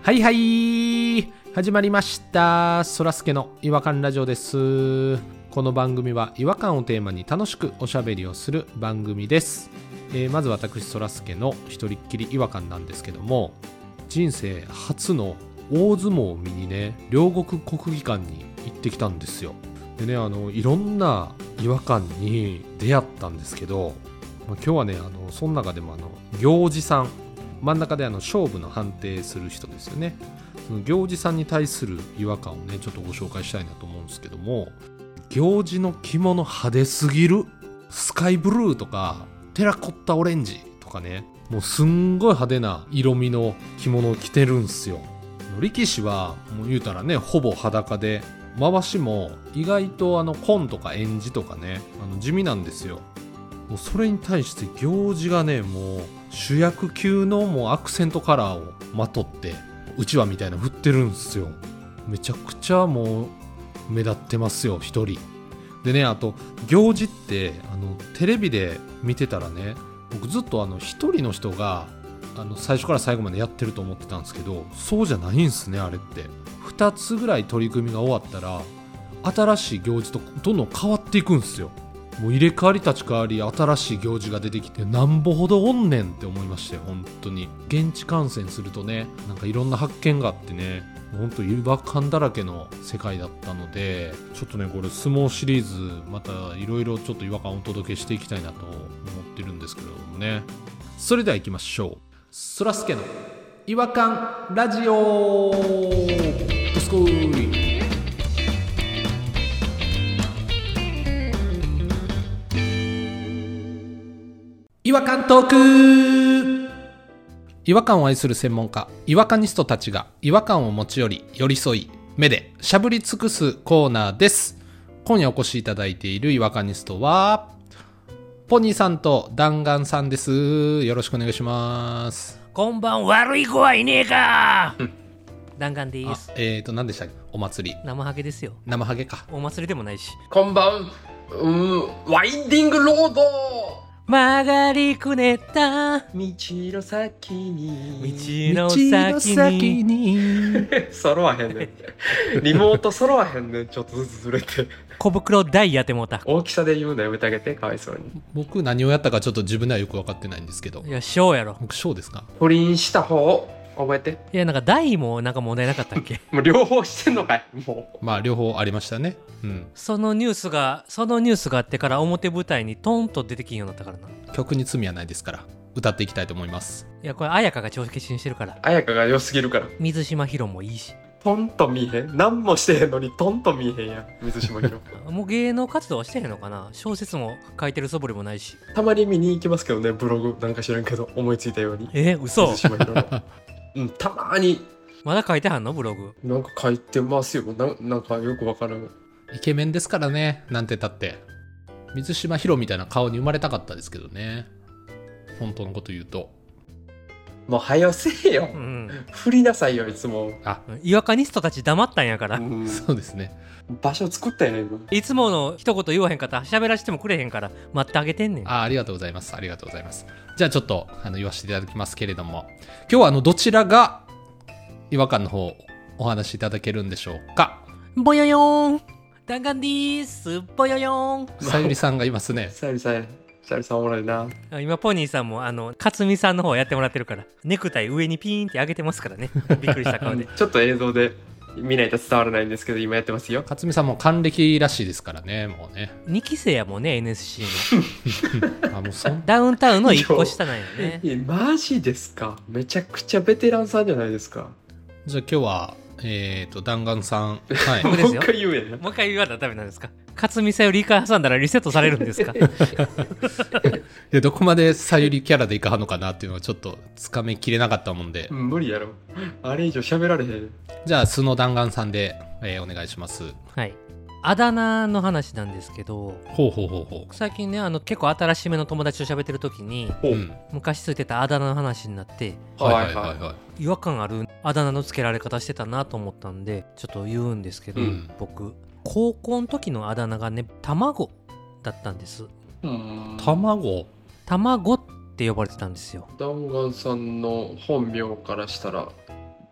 はいはい始まりました。そらすけの違和感ラジオです。この番組は違和感をテーマに楽しくおしゃべりをする番組です。まず私そらすけの一人っきり違和感なんですけども、人生初の大相撲を見にね、両国国技館に行ってきたんですよ。でね、いろんな違和感に出会ったんですけど、今日はね、その中でも行司さん、真ん中で勝負の判定する人ですよね。その行司さんに対する違和感をね、ちょっとご紹介したいなと思うんですけども、行司の着物派手すぎる。スカイブルーとかテラコッタオレンジとかね、もうすんごい派手な色味の着物を着てるんすよ。力士はもう言うたらね、ほぼ裸で、回しも意外と紺とかえんじとかね、地味なんですよ。もうそれに対して行司がね、もう主役級のもうアクセントカラーをまとってうちわみたいな振ってるんですよ。めちゃくちゃもう目立ってますよ、一人でね。あと行司ってテレビで見てたらね、僕ずっと一人の人が最初から最後までやってると思ってたんですけど、そうじゃないんですね。あれって2つぐらい取り組みが終わったら新しい行司とどんどん変わっていくんですよ。もう入れ替わり立ち替わり新しい行事が出てきて、なんぼほどおんねんって思いましたよ。本当に現地観戦するとね、なんかいろんな発見があってね、本当違和感だらけの世界だったので、ちょっとねこれ相撲シリーズまたいろいろちょっと違和感をお届けしていきたいなと思ってるんですけれどもね。それでは行きましょう。そらすけの違和感ラジオ。どすこい。違和感トーク。違和感を愛する専門家、違和感ニストたちが違和感を持ち寄り、寄り添い、目でしゃぶり尽くすコーナーです。今夜お越しいただいている違和感ニストはポニーさんと弾丸さんです。よろしくお願いします。 こんばん悪い子はいねえか。弾丸です。 何でしたっけ、お祭り。 生ハゲですよ。 生ハゲか。 お祭りでもないし。 こんばんワインディングロード。 曲がりくねった道の先に道の先に揃わへんねん。リモート揃わへんねん。ちょっとずつずれて小袋ダイヤってもうた。 大きさで言うのやめてあげて、かわいそうに。 僕何をやったかちょっと自分ではよく分かってないんですけど。 いやショーやろ。 僕ショーですか。 不倫した方覚えて。 いやなんかダイもなんか問題なかったっけ。 もう両方してんのかい。もうまあ両方ありましたね。うん。 そのニュースがあってから表舞台にトンと出てきんようになったからな。 曲に罪はないですから歌っていきたいと思います。 いやこれ綾香が帳消しにしてるから。 綾香が良すぎるから。 水島ヒロもいいし。 トンと見えへん。何もしてへんのにトンと見えへんやん、水島ひろ。 もう芸能活動はしてへんのかな。小説も書いてる素振りもないし。 たまに見に行きますけどね、ブログなんか知らんけど思いついたように。 嘘。 水島ひろのたまにまだ書いてはんのブログ。 なんか書いてますよ。なんかよくわからん。 イケメンですからね、なんてたって水島ヒロみたいな顔に生まれたかったですけどね、本当のこと言うと。 もう早せえよ、 うん、 振りなさいよ。いつも違和感ニストたち黙ったんやから、 そうですね。 場所作ったよね今。 いつもの一言言わへんかったら喋らせてもくれへんから待ってあげてんねん。 ありがとうございます。ありがとうございます。じゃあちょっと言わせていただきますけれども、今日はどちらが違和感の方お話しいただけるんでしょうか。 ぼよよーん、弾丸でーす。ぼよよーん。 さゆりさんがいますね。 さゆりさんおもろいな。 今ポニーさんも勝美さんの方やってもらってるから、ネクタイ上にピーンって上げてますからね。びっくりした顔で。 ちょっと映像で見ないと伝わらないんですけど、今やってますよ。 勝美さんも還暦らしいですからね、もうね。 2期生やもんね、 NSC の。 もうダウンタウンの1個下なんよね。 マジですか。めちゃくちゃベテランさんじゃないですか。 じゃあ今日は弾丸さん、はい、 僕ですよ。 もう一回言えな。 もう一回言わなダメなんですか。勝美さんよりイカ挟んだらリセットされるんですか。 でどこまでさゆりキャラでいかはんのかなっていうのはちょっとつかめきれなかったもんで、 無理やろ。あれ以上喋られへん。 じゃあ素の弾丸さんで、お願いします。 はい。あだ名の話なんですけど、 ほう最近ね結構新しめの友達と喋ってる時に、昔ついてたあだ名の話になって、違和感あるあだ名の付けられ方してたなと思ったんでちょっと言うんですけど、僕高校の時のあだ名がね卵だったんです。 卵って呼ばれてたんですよ。 弾丸さんの本名からしたら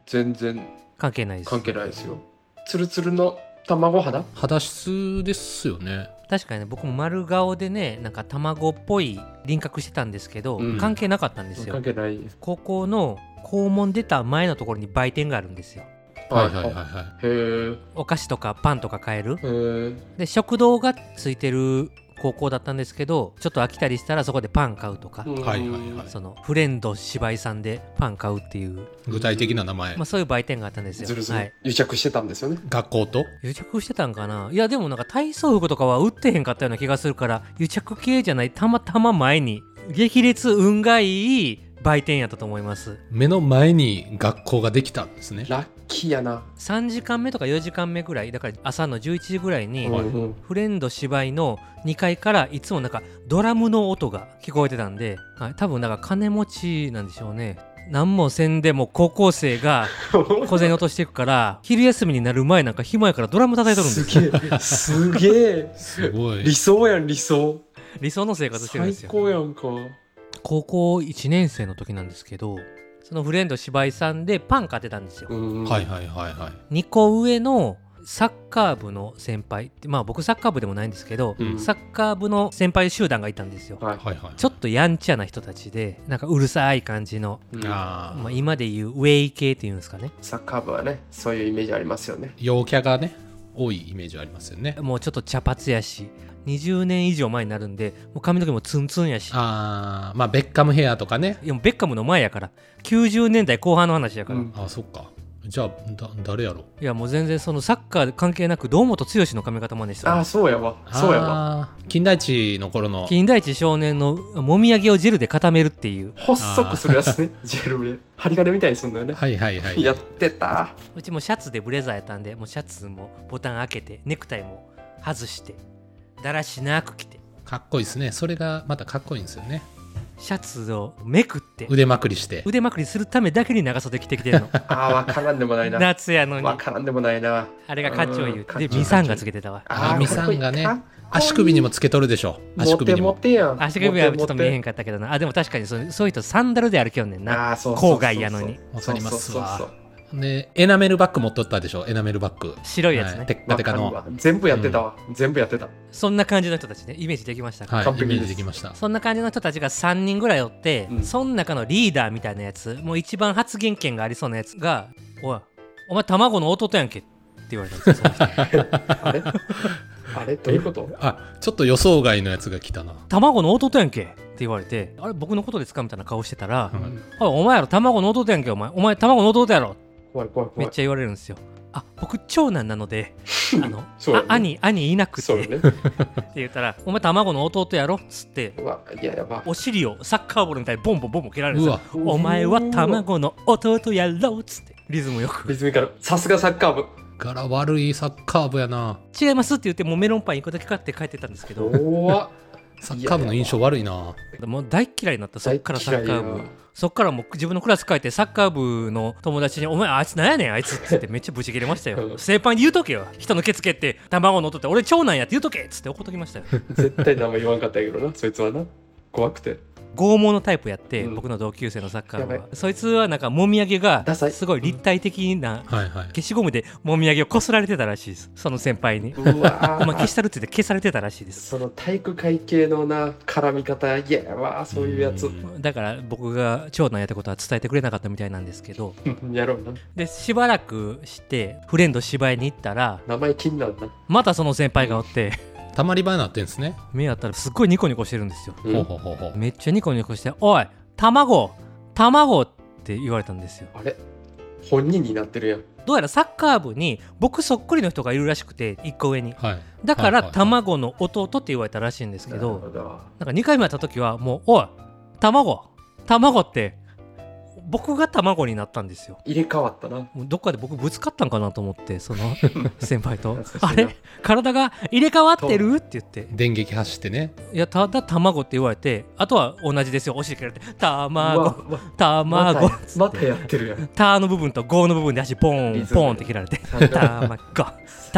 全然関係ないです。 関係ないですよ。ツルツルの卵肌肌質ですよね。 確かにね、僕も丸顔でね、なんか卵っぽい輪郭してたんですけど、 うん関係なかったんですよ。 関係ない。 高校の校門出た前のところに売店があるんですよ。 はいはいはいはへえ。 お菓子とかパンとか買える。 へえ。 で食堂がついてる高校だったんですけど、ちょっと飽きたりしたらそこでパン買うとか、 いはいはいはい。 そのフレンド芝居さんでパン買うっていう、 具体的な名前、 そういう売店があったんですよ。 ずるずる、 はい、 癒着してたんですよね。 学校と癒着してたんかな。いやでもなんか体操服とかは売ってへんかったような気がするから、癒着系じゃない、たまたま前に激烈運がいい売店やったと思います。 目の前に学校ができたんですね。 ラッキーやな。 3時間目とか4時間目ぐらいだから、朝の11時ぐらいに、フレンド芝居の2階からいつもなんかドラムの音が聞こえてたんで、はい、多分なんか金持ちなんでしょうね。何もせんでも高校生が小銭落としていくから昼休みになる前なんか暇やからドラム叩いとるんですよ。 すげえすごい理想やん、理想。 理想の生活してるんですよ。 最高やんか。 高校1年生の時なんですけど、そのフレンド芝居さんでパン買ってたんですよ。 はいはいはいはい。 2個上のサッカー部の先輩って、僕サッカー部でもないんですけど、サッカー部の先輩集団がいたんですよ。 はいはいはい。 ちょっとやんちゃな人たちで、なんかうるさい感じの、今でいうウェイ系っていうんですかね。 サッカー部はね、そういうイメージありますよね。 陽キャがね多いイメージありますよね。 もうちょっと茶髪やし、20年以上前になるんで、もう髪の毛もツンツンやし。 ベッカムヘアとかね。 いやもうベッカムの前やから、90年代後半の話やから。 そっか。じゃあ誰やろ。 いやもう全然そのサッカー関係なく堂本剛の髪型までした。 そうやわ、そうやわ。 金田一の頃の金田一少年のもみあげをジェルで固めるっていう、 細くするやつね。ジェルで針金みたいにするのよね。 はいはいはい。 やってた。 うちもシャツでブレザーやったんで、もうシャツもボタン開けてネクタイも外してだらしなく着て、 かっこいいですね。それがまたかっこいいんですよね。 シャツをめくって腕まくりして腕まくりするためだけに長袖着てきてるの。 わからんでもないな。 夏やのにわからんでもないな。 あれがかっちょいいで、ミサンがつけてたわ。 ミサンがね、足首にもつけとるでしょ。足首にも。 モテやん。 足首はちょっと見えへんかったけどな。でも確かにそういう人サンダルで歩きよんねんな。郊外やのに。 わかりますわ。でエナメルバッグ持っとったでしょ。エナメルバッグ白いやつね、 テッカテカの。 全部やってたわ、全部やってた。 そんな感じの人たちね、イメージできましたか。 イメージできました。 そんな感じの人たちが3人ぐらいおって、その中のリーダーみたいなやつ、もう一番発言権がありそうなやつが、お前卵の弟やんけって言われたんですよ。その人あれどういうこと。 ちょっと予想外のやつが来たな。 卵の弟やんけって言われて、あれ僕のことですかみたいな顔してたら、お前やろ、卵の弟やんけ、お前卵の弟やろ、 怖い怖い怖い、 めっちゃ言われるんですよ。僕長男なので兄いなくて、って言ったら、お前卵の弟やろっつって、お尻をサッカーボールみたいにボンボンボンボン蹴られるんですよ。お前は卵の弟やろっつって、リズムよく。 リズミカル。さすがサッカー部。 柄悪いサッカー部やな。 違いますって言って、もうメロンパン1個だけ買って帰ってたんですけど、 サッカー部の印象悪いな。 もう大嫌いになった。そっからサッカー部、そっからもう自分のクラス帰って、サッカー部の友達に、お前あいつなんやねんあいつって言ってめっちゃブチ切れましたよ。先輩に言うとけよ、人のケツ蹴って卵の音って俺長男やって言うとけっつって怒っときましたよ。 絶対名前言わんかったんやけどな、そいつはな。怖くて剛毛のタイプやって、僕の同級生のサッカー部は。そいつはなんかもみあげがすごい立体的な消しゴムでもみあげをこすられてたらしいです、その先輩に。お前消したるって言って消されてたらしいです。 その体育会系のな絡み方、いやわ、そういうやつ。 だから僕が長男やったことは伝えてくれなかったみたいなんですけどやろうな。 でしばらくしてフレンド芝居に行ったら、 名前気になるな。 またその先輩がおってたまり場になってんですね。 目やったらすっごいニコニコしてるんですよ。めっちゃニコニコして、おい卵って言われたんですよ。 あれ本人になってるやん。 どうやらサッカー部に僕そっくりの人がいるらしくて、1個上に、だから卵の弟って言われたらしいんですけど、なんか2回目会った時はもう、おい卵って僕が卵になったんですよ。 入れ替わったな。 どっかで僕ぶつかったんかなと思って、その先輩とあれ体が入れ替わってるって言って電撃走ってね。 いや、ただ卵って言われて、あとは同じですよ。お尻蹴られて卵またやってるやん。 タの部分とゴの部分で足ポンポンって切られて、卵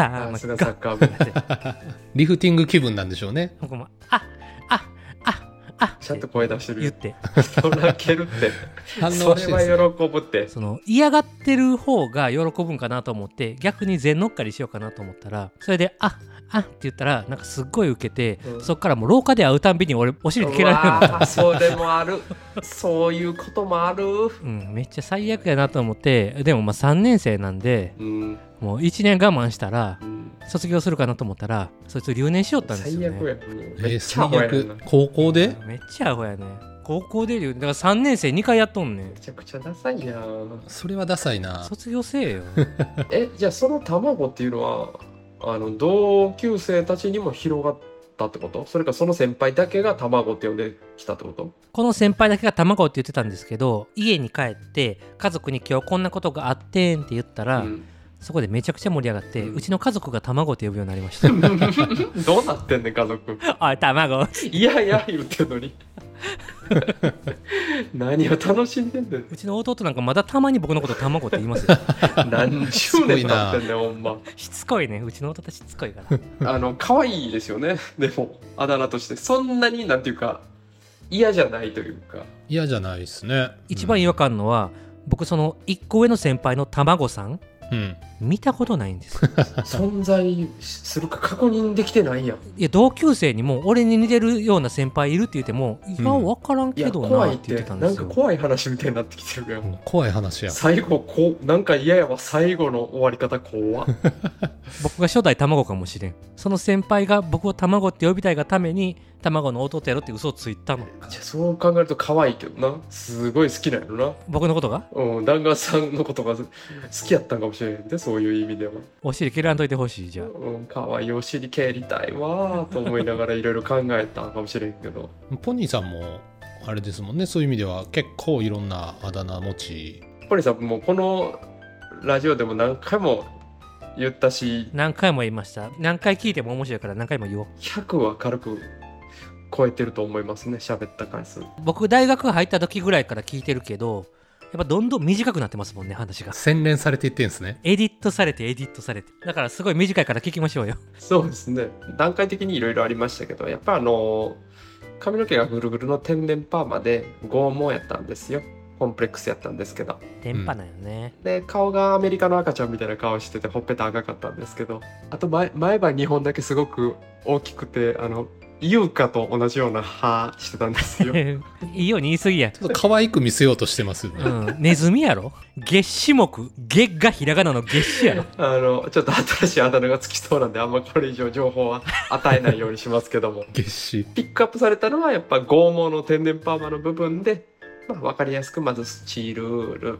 リフティング気分なんでしょうね。 僕もちゃんと声出してる言ってそらけるって反応そしてるんですねれは喜ぶって。 その嫌がってる方が喜ぶんかなと思って逆に全乗っかりしようかなと思ったら、それであって言ったらなんかすっごいウケて、そっからもう廊下で会うたんびに俺お尻で蹴られるようになった。 それもあるそういうこともある。 めっちゃ最悪やなと思って、でもまあ3年生なんで、もう1年我慢したら、卒業するかなと思ったらそいつ留年しよったんですよね。 最悪や。 最悪。高校でめっちゃアホやね。高校で留年だから3年生2回やっとんねん。 めちゃくちゃダサいやん。 それはダサいな。 卒業せえよじゃあその卵っていうのは同級生たちにも広がったってこと？それかその先輩だけが卵って呼んできたってこと？ この先輩だけが卵って言ってたんですけど、家に帰って家族に今日こんなことがあってんって言ったら、そこでめちゃくちゃ盛り上がって、うちの家族が卵って呼ぶようになりましたどうなってんねん家族おい卵いやいや言ってんのに何を楽しんでんねん。 うちの弟なんかまだたまに僕のこと卵って言いますよ何十年経ってんねんほんま。 しつこいね、うちの弟しつこいから可愛いですよね。でもあだ名としてそんなになんていうか嫌じゃないというか。 嫌じゃないですね。 一番違和感のは、僕その1個上の先輩の卵さん、見たことないんです存在するか確認できてないやん。 いや同級生にも俺に似てるような先輩いるって言っても、いや分からんけどなって言ってたんですよ。 なんか怖い話みたいになってきてるやん。 怖い話や。 最後なんか嫌やわ。最後の終わり方怖っ僕が初代卵かもしれん。その先輩が僕を卵って呼びたいがために卵の弟やろって嘘をついたの。 じゃあそう考えると可愛いけどな。すごい好きなんやろな。 僕のことが弾丸さんのことが好きやったんかもしれへんで、そういう意味では。 お尻蹴らんといてほしい。じゃあ可愛いお尻蹴りたいわと思いながらいろいろ考えたんかもしれんけどポニーさんもあれですもんね、そういう意味では結構いろんなあだ名持ち。 ポニーさんもこのラジオでも何回も言ったし、 何回も言いました。何回聞いても面白いから何回も言おう。 100は軽く超えてると思いますね、喋った回数。 僕大学入った時ぐらいから聞いてるけど、やっぱどんどん短くなってますもんね、話が。 洗練されていってんですね。 エディットされてだからすごい短いから聞きましょうよ。 そうですね。段階的にいろいろありましたけど、やっぱ髪の毛がぐるぐるの天然パーマで剛毛やったんですよ。コンプレックスやったんですけど。 天パなんよね。 で顔がアメリカの赤ちゃんみたいな顔しててほっぺた赤かったんですけど、あと前歯2本だけすごく大きくて優香と同じような歯してたんですよいいように言い過ぎや。 ちょっと可愛く見せようとしてますよね。 ネズミやろ。月子目、月がひらがなの月子やろ。 ちょっと新しいあだ名がつきそうなんであんまこれ以上情報は与えないようにしますけども月子ピックアップされたのはやっぱ剛毛の天然パーマの部分で、分かりやすくまずスチルール、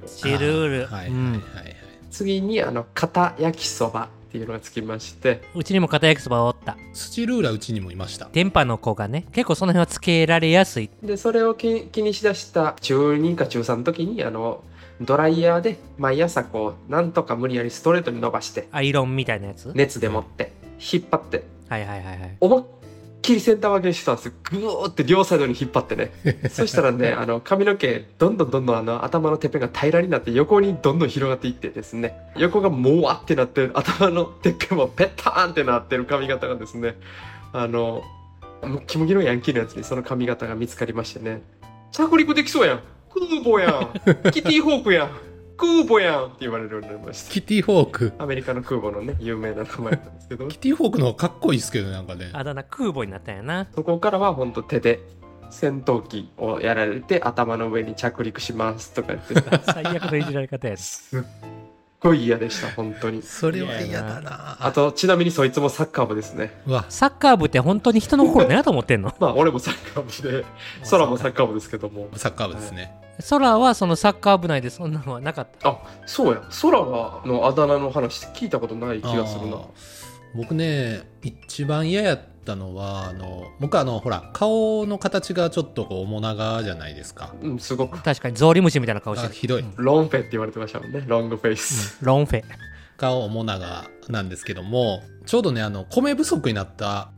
次に片焼きそばっていうのがつきまして、 うちにも片焼きそばおった。 スチルーラうちにもいました。 電波の子がね、結構その辺はつけられやすい。 でそれを気にしだした中2か中3の時にドライヤーで毎朝なんとか無理やりストレートに伸ばしてアイロンみたいなやつ熱で持って引っ張って思いっきりセンター分けしてたんですよ。グーって両サイドに引っ張ってねそしたらね髪の毛どんどん頭のてっぺんが平らになって横にどんどん広がっていってですね、横がもわってなって頭のてっぺんもペッターンってなってる髪型がですね、ムキムキのヤンキーのやつにその髪型が見つかりましてね、着陸できそうやん、空母やんキティホークやん、空母やんって言われるようになりました。 キティホーク、 アメリカの空母のね有名な名前なんですけどキティホークの方がかっこいいですけど、なんかねあだ名空母になったんやな。 そこからはほんと手で戦闘機をやられて頭の上に着陸しますとか言ってた最悪のいじられ方やつ。 すっごい嫌でした本当に。 それは嫌だな。 あとちなみにそいつもサッカー部ですね。 うわ、 サッカー部って本当に人の心何やと思ってんの俺もサッカー部で空もサッカー部ですけども。 サッカー部ですね。 空はそのサッカー部内でそんなのはなかった。 そうや、空のあだ名の話聞いたことない気がするな。 僕ね一番嫌やったのは僕ほら顔の形がちょっと面長じゃないですか。 すごく確かにゾウリムシみたいな顔してる。 ひどい、 ロンフェって言われてましたもんね。ロングフェイス、 ロンフェ。 顔面長なんですけども、ちょうどね米不足になった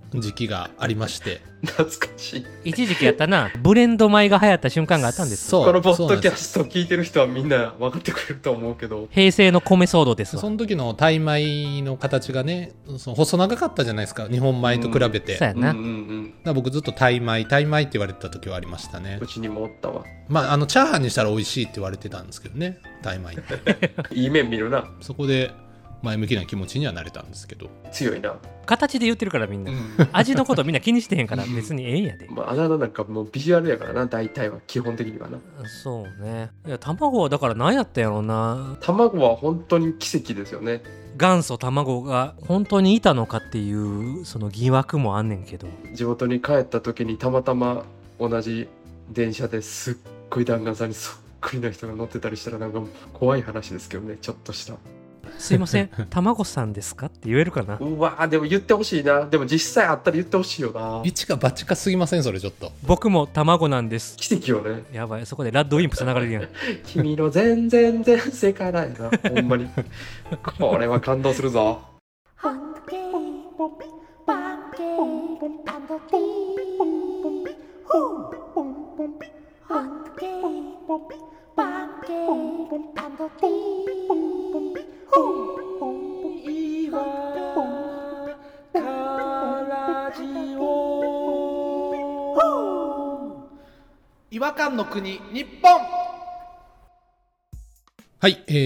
時期がありまして懐かしい。 一時期やったな、ブレンド米が流行った瞬間があったんです。 このポッドキャスト聞いてる人はみんな分かってくれると思うけど、 平成の米騒動ですわ。 その時のタイ米の形がね、その細長かったじゃないですか、日本米と比べて。 そうやな。 だから僕ずっとタイ米って言われてた時はありましたね。 うちにもおったわ。 まあチャーハンにしたら美味しいって言われてたんですけどね、タイ米っていい面見るな。 そこで前向きな気持ちにはなれたんですけど。 強いな。 形で言ってるからみんな、味のことみんな気にしてへんから別にええんやで。 まああだ名なんかもうビジュアルやからな、大体は基本的にはな。 そうね。いや卵はだから何やったんやろうな。 卵は本当に奇跡ですよね。 元祖卵が本当にいたのかっていうその疑惑もあんねんけど、 地元に帰った時にたまたま同じ電車ですっごい弾丸さんにそっくりな人が乗ってたりしたらなんか怖い話ですけどね、ちょっとした。 すいません卵さんですかって言えるかな。 うわーでも言ってほしいな。でも実際あったら言ってほしいよな。 一か八かすぎませんそれ。ちょっと僕も卵なんです。 奇跡よね。 やばい、そこでラッドウィンプつながれるやん君の全然前世からやな。ほんまにこれは感動するぞ。 違和感の国日本。はい、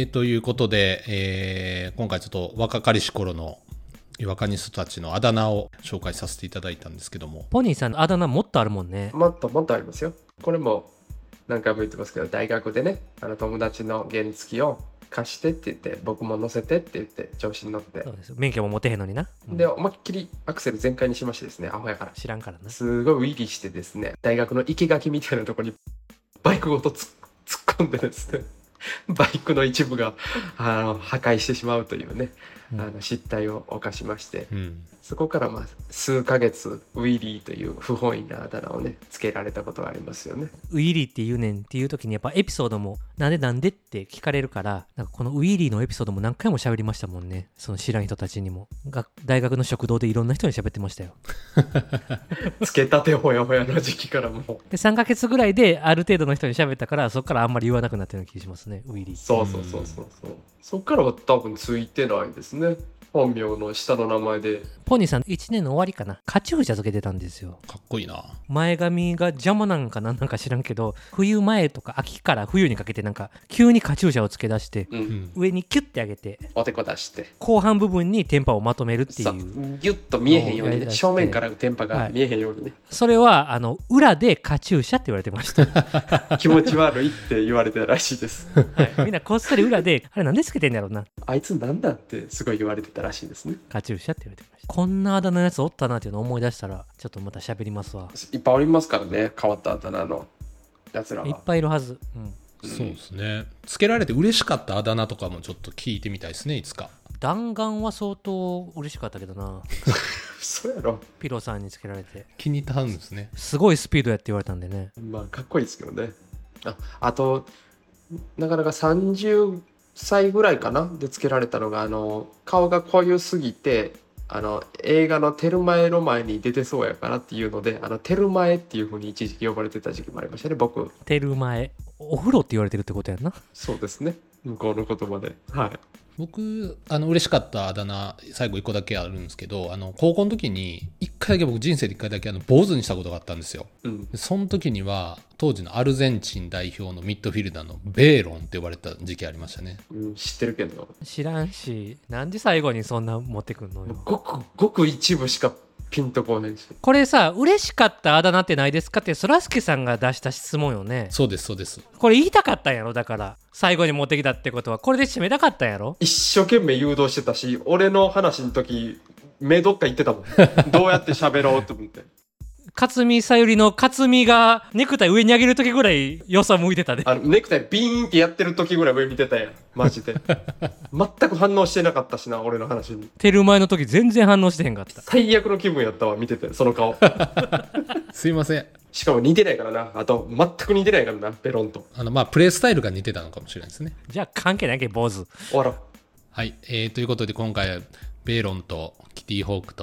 ということで、今回ちょっと若かりし頃の違和感ニストたちのあだ名を紹介させていただいたんですけども、 ポニーさんのあだ名もっとあるもんね。 もっとありますよ。これも何回も言ってますけど、大学でね、友達の原付を貸してって言って、僕も乗せてって言って調子に乗って、 そうです、免許も持てへんのにな、 で思いっきりアクセル全開にしましてですね、アホやから知らんからな、 すごいウィリーしてですね、大学の生垣みたいなところにバイクごと突っ込んでですねバイクの一部が破壊してしまうというね、失態を犯しまして、そこから数ヶ月ウィリーという不本意なあだ名をねつけられたことがありますよね。 ウィリーって言うねんっていう時にやっぱエピソードもなんでって聞かれるから、なんかこのウィリーのエピソードも何回も喋りましたもんね。その知らん人たちにも大学の食堂でいろんな人に喋ってましたよつけたてほやほやの時期からもうで3ヶ月ぐらいである程度の人に喋ったから、そこからあんまり言わなくなったような気がしますね、ウィリー。 そうそっからは多分ついてないですね。本名の下の名前で。 ポニーさん1年の終わりかな、カチューシャつけてたんですよ。 かっこいいな。 前髪が邪魔なんかなんか知らんけど、冬前とか秋から冬にかけてなんか急にカチューシャをつけ出して、上にキュッて上げておでこ出して後半部分にテンパをまとめるっていう、 ギュッと見えへんようにね、正面からテンパが見えへんようにね、 それは裏でカチューシャって言われてました気持ち悪いって言われてたらしいです、 みんなこっそり裏であれなんでつけてんだろうな、 あいつなんだってすごい言われてたらしいですね。 カチューシャって言われてました。こんなあだ名のやつおったなっていうのを思い出したらちょっとまた喋りますわ。 いっぱいおりますからね、変わったあだ名のやつらは。 いっぱいいるはず、 そうですね。つけられて嬉しかったあだ名とかもちょっと聞いてみたいですね、いつか。 弾丸は相当嬉しかったけどなそうやろ、 ピロさんにつけられて気に入ったんですね。 すごいスピードやって言われたんでね。 かっこいいですけどね。あとなかなか30歳ぐらいかなでつけられたのが、顔が濃ゆすぎて映画のテルマエロマエに出てそうやからっていうので、テルマエっていう風に一時期呼ばれてた時期もありましたね、僕。 テルマエ、お風呂って言われてるってことやんな。 そうですね、向こうの言葉で。はい。 僕嬉しかったあだ名最後1個だけあるんですけど、高校の時に1回だけ、僕人生で1回だけ坊主にしたことがあったんですよ、その時には当時のアルゼンチン代表のミッドフィルダーのベーロンって呼ばれた時期ありましたね、 知ってるけど知らんし、なんで最後にそんな持ってくんのよ。 ごく一部しかピンとこないし。 これさ、嬉しかったあだ名ってないですかってそらすけさんが出した質問よね。 そうですそうです。 これ言いたかったんやろ。だから最後に持ってきたってことはこれで締めたかったんやろ。 一生懸命誘導してたし、俺の話の時目どっか行ってたもんどうやって喋ろうと思って勝見さゆりの勝見がネクタイ上に上げる時ぐらいよそ向いてたで。 ネクタイビーンってやってる時ぐらい上見てたやん、マジで全く反応してなかったしな、俺の話に。 テルマエの時全然反応してへんかった。 最悪の気分やったわ、見ててその顔すいません。 しかも似てないからな、あと全く似てないからな、ペロンと。 プレイスタイルが似てたのかもしれないですね。 じゃあ関係ないけど坊主終わろう。 はい、ということで今回はベーロンとキティホークと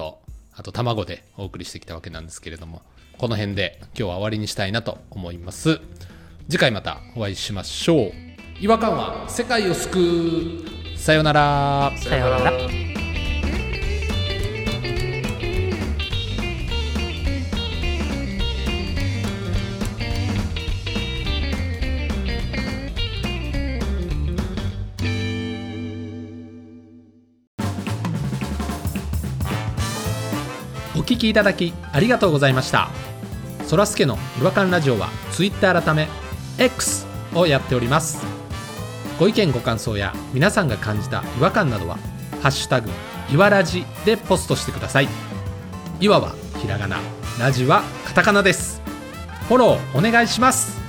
あと卵でお送りしてきたわけなんですけれども、この辺で今日は終わりにしたいなと思います。次回またお会いしましょう。違和感は世界を救う。さよなら。 さよなら。 お聞きいただきありがとうございました。そらすけの違和感ラジオは Twitter 改め X をやっております。ご意見ご感想や皆さんが感じた違和感などはハッシュタグいわらじでポストしてください。いわはひらがな、ラジはカタカナです。フォローお願いします。